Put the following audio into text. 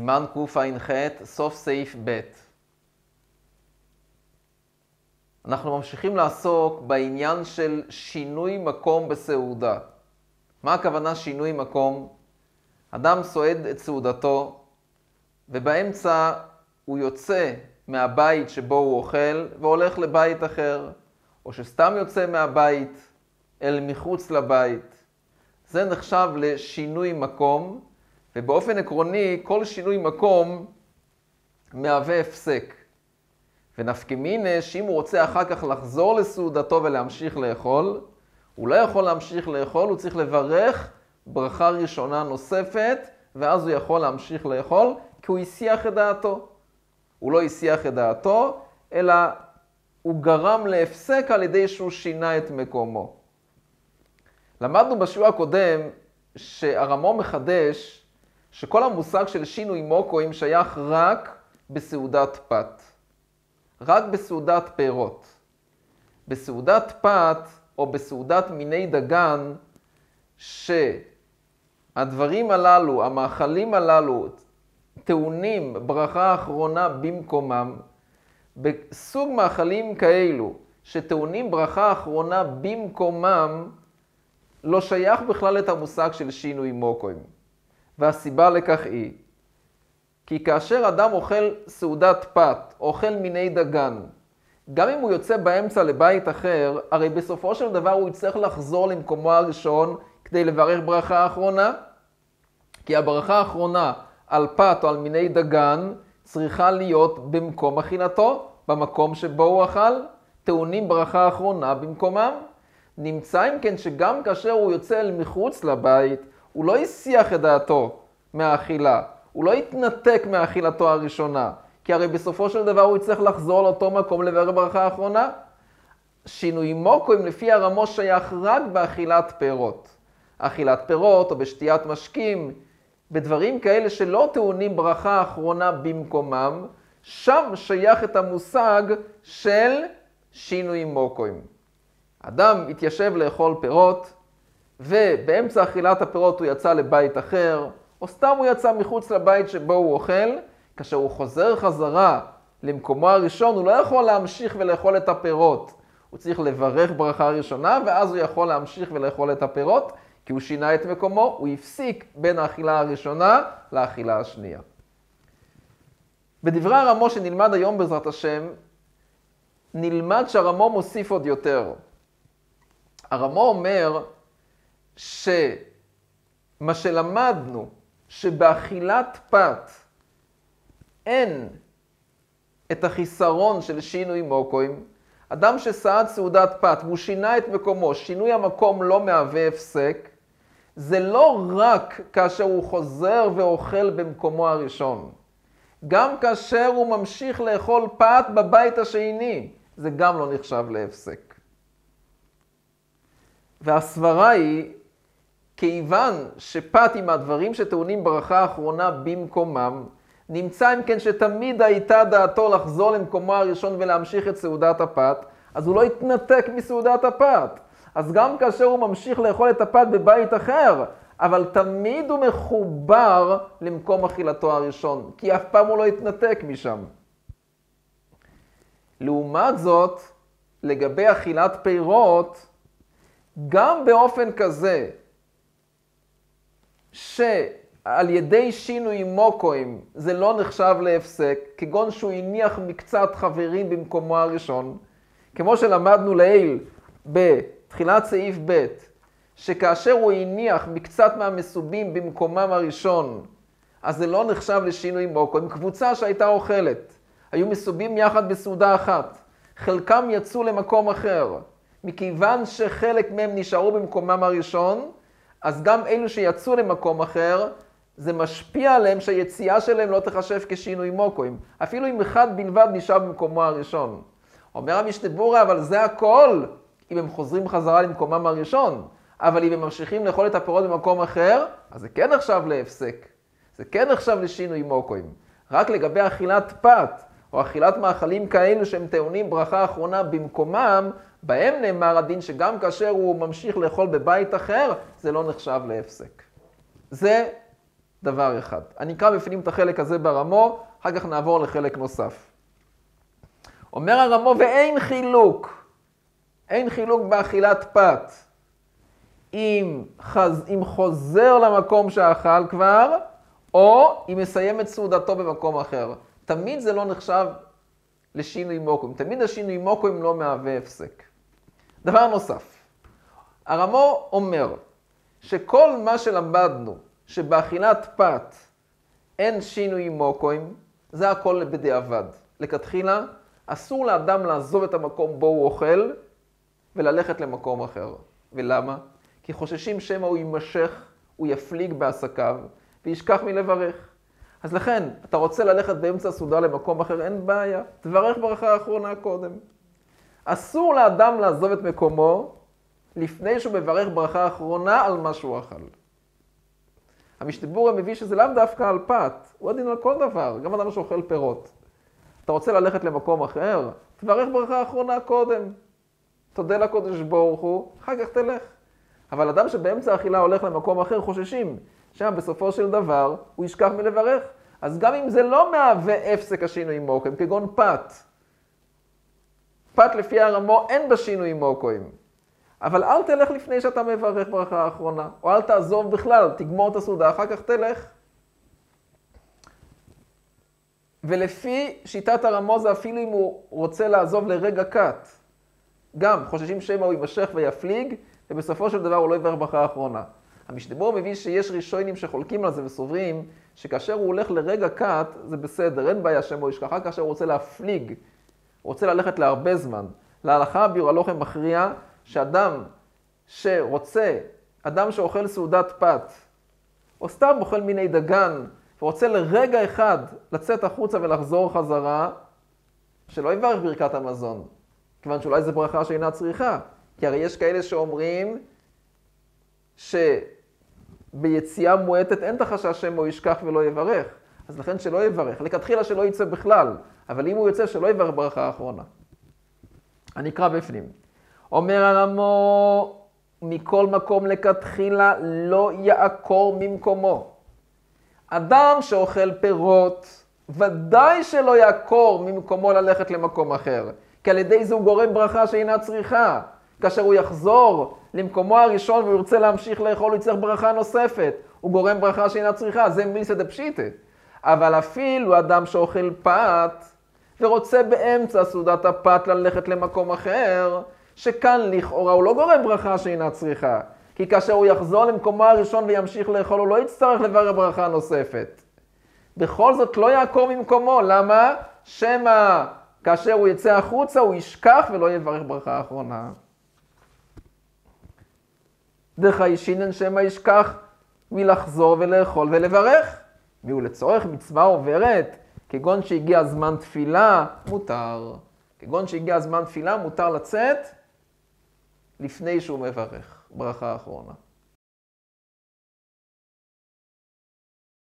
סימן קע"ח, סוף סעיף ב'. אנחנו ממשיכים לעסוק בעניין של שינוי מקום בסעודה. מה הכוונה שינוי מקום? אדם סועד את סעודתו, ובאמצע הוא יוצא מהבית שבו הוא אוכל והולך לבית אחר, או שסתם יוצא מהבית אל מחוץ לבית. זה נחשב לשינוי מקום, ובאופן עקרוני כל שינוי מקום מהווה הפסק. ונפקמינה שאם הוא רוצה אחר כך לחזור לסעודתו ולהמשיך לאכול, הוא לא יכול להמשיך לאכול, הוא צריך לברך ברכה ראשונה נוספת, ואז הוא יכול להמשיך לאכול, כי הוא הסיח את דעתו. הוא לא הסיח את דעתו, אלא הוא גרם להפסק על ידי שהוא שינה את מקומו. למדנו בשיעור הקודם שהרמ"א מחדש שכל המושג של שינוי מוקוים שייך רק בסעודת פת. רק בסעודת פירות. בסעודת פת או בסעודת מיני דגן, שהדברים הללו, המאכלים הללו, טעונים ברכה אחרונה במקומם, בסוג מאכלים כאלו שטעונים ברכה אחרונה במקומם, לא שייך בכלל את המושג של שינוי מוקוים. והסיבה לכך היא, כי כאשר אדם אוכל סעודת פת, אוכל מיני דגן, גם אם הוא יוצא באמצע לבית אחר, הרי בסופו של דבר הוא יצטרך לחזור למקומו הראשון כדי לברך ברכה אחרונה. כי הברכה האחרונה על פת או על מיני דגן צריכה להיות במקום אכילתו, במקום שבו הוא אכל, טעונים ברכה אחרונה במקומם. נמצא אם כן שגם כאשר הוא יוצא אל מחוץ לבית, הוא לא הסיח את דעתו מהאכילה, הוא לא התנתק מהאכילתו הראשונה, כי הרי בסופו של דבר הוא יצטרך לחזור לאותו מקום לברך ברכה האחרונה. שינוי מוקוים לפי הרמ"א שייך רק באכילת פירות. אכילת פירות או בשתיית משקים, בדברים כאלה שלא טעונים ברכה אחרונה במקומם, שם שייך את המושג של שינוי מוקוים. אדם התיישב לאכול פירות, ובאמצע אכילת הפירות הוא יצא לבית אחר, או סתם הוא יצא מחוץ לבית שבו הוא אוכל. כאשר הוא חוזר חזרה למקומו הראשון, הוא לא יכול להמשיך ולאכול את הפירות. הוא צריך לברך ברכה ראשונה, ואז הוא יכול להמשיך ולאכול את הפירות, כי הוא שינה את מקומו, הוא הפסיק בין האכילה הראשונה לאכילה השנייה. בדברי הרמ"א שנלמד היום בעזרת השם, נלמד שהרמ"א מוסיף עוד יותר. הרמ"א אומר שמה שלמדנו, שבאכילת פת אין את החיסרון של שינוי מוקוים, אדם שסעד סעודת פת והוא שינה את מקומו, שינוי המקום לא מהווה הפסק, זה לא רק כאשר הוא חוזר ואוכל במקומו הראשון. גם כאשר הוא ממשיך לאכול פת בבית השני, זה גם לא נחשב להפסק. והסברה היא, כיוון שפת עם הדברים שטעונים ברכה אחרונה במקומם, נמצא אם כן שתמיד הייתה דעתו לחזור למקומו הראשון ולהמשיך את סעודת הפת, אז הוא לא יתנתק מסעודת הפת. אז גם כאשר הוא ממשיך לאכול את הפת בבית אחר, אבל תמיד הוא מחובר למקום אכילתו הראשון, כי אף פעם הוא לא יתנתק משם. לעומת זאת, לגבי אכילת פירות, גם באופן כזה, שעל ידי שינוי מוקוים זה לא נחשב להפסק, כגון שהוא הניח מקצת חברים במקומו הראשון, כמו שלמדנו לעיל בתחילת סעיף ב', שכאשר הוא הניח מקצת מהמסובים במקומם הראשון, אז זה לא נחשב לשינוי מוקוים. קבוצה שהייתה אוכלת, היו מסובים יחד בסעודה אחת, חלקם יצאו למקום אחר, מכיוון שחלק מהם נשארו במקומם הראשון, אז גם אלו שיצאו למקום אחר, זה משפיע עליהם שהיציאה שלהם לא תחשב כשינוי מוקוים. אפילו אם אחד בלבד נשאר במקומו הראשון. אומר המשנה ברורה, אבל זה הכל אם הם חוזרים חזרה למקומם הראשון. אבל אם הם ממשיכים לאכול את הפירות במקום אחר, אז זה כן נחשב להפסק. זה כן נחשב לשינוי מוקוים. רק לגבי אכילת פת, או אכילת מאכלים כאלו שהם טעונים ברכה אחרונה במקומם, בהם נאמר הדין שגם כאשר הוא ממשיך לאכול בבית אחר, זה לא נחשב להפסק. זה דבר אחד. אני אקרא בפנים את החלק הזה ברמו, אחר כך נעבור לחלק נוסף. אומר הרמו, ואין חילוק, אין חילוק באכילת פת. אם חוזר למקום שאכל כבר, או אם מסיים את סעודתו במקום אחר. תמיד זה לא נחשב לשינוי מוקוים. תמיד השינוי מוקוים לא מהווה הפסק. דבר נוסף, הרמו אומר שכל מה שלמדנו, שבאכילת פת אין שינוי מוקוים, זה הכל בדיעבד. לכתחילה, אסור לאדם לעזוב את המקום בו הוא אוכל וללכת למקום אחר. ולמה? כי חוששים שמא הוא יימשך, הוא יפליג בעסקיו וישכח מלברך. אז לכן, אתה רוצה ללכת באמצע הסעודה למקום אחר, אין בעיה. תברך ברכה האחרונה קודם. אסור לאדם לעזוב את מקומו לפני שהוא מברך ברכה האחרונה על מה שהוא אכל. המשתברא מביא שזה לאו דווקא על פת, הוא הדין על כל דבר, גם אדם שאוכל פירות. אתה רוצה ללכת למקום אחר, תברך ברכה האחרונה קודם. תודה לקדוש ברוך הוא, אחר כך תלך. אבל אדם שבאמצע האכילה הולך למקום אחר, חוששים שם בסופו של דבר הוא ישכח מלברך. אז גם אם זה לא מהווה הפסק השינוי מוקוים, כגון פת. פת לפי הרמו אין בה שינוי מוקוים. אבל אל תלך לפני שאתה מברך ברכה האחרונה, או אל תעזוב בכלל, תגמור את הסעודה, אחר כך תלך. ולפי שיטת הרמו זה אפילו אם הוא רוצה לעזוב לרגע קט. גם חוששים שמא הוא יימשך ויפליג, ובסופו של דבר הוא לא יברך ברכה האחרונה. המשתברא מביא שיש ראשונים שחולקים על זה וסוברים, שכאשר הוא הולך לרגע קט, זה בסדר, אין בעיה שמא הוא ישכח, כאשר הוא רוצה להפליג, הוא רוצה ללכת להרבה זמן. להלכה ביור הלוחם מכריע, שאדם שרוצה, אדם שאוכל סעודת פת, או סתם אוכל מיני דגן, ורוצה לרגע אחד לצאת החוצה ולחזור חזרה, שלא יברך ברכת המזון, כיוון שאולי זו ברכה שאינה צריכה. כי הרי יש כאלה שאומרים שביציאה מועטת אין את החשש שמא הוא ישכח ולא יברך. אז לכן שלא יברך. לכתחילה שלא יצא בכלל. אבל אם הוא יוצא שלא יברך ברכה האחרונה. אני אקרא בפנים. אומר הרמו, מכל מקום לכתחילה לא יעקור ממקומו. אדם שאוכל פירות, ודאי שלא יעקור ממקומו ללכת למקום אחר. כי על ידי זה הוא גורם ברכה שאינה צריכה. כאשר הוא יחזור למקומו הראשון והוא ירצה להמשיך לאכול, הוא יצטרך ברכה נוספת. הוא גורם ברכה שאינה צריכה, זה מיסא דפשיטא. אבל אפילו אדם שאוכל פת ורוצה באמצע סעודת הפת ללכת למקום אחר, שכאן לכאורה הוא לא גורם ברכה שאינה צריכה. כי כאשר הוא יחזור למקומו הראשון וימשיך לאכול, הוא לא יצטרך לברך ברכה נוספת. בכל זאת לא יעקור ממקומו. למה? שמא כאשר הוא יצא החוצה הוא ישכח ולא יברך ברכה האחרונה. דחי שינן שמא ישכח מלחזור ולאכול ולברך. והוא לצורך מצווה עוברת, כגון שהגיע זמן תפילה, מותר. כגון שהגיע זמן תפילה, מותר לצאת לפני שהוא מברך ברכה האחרונה.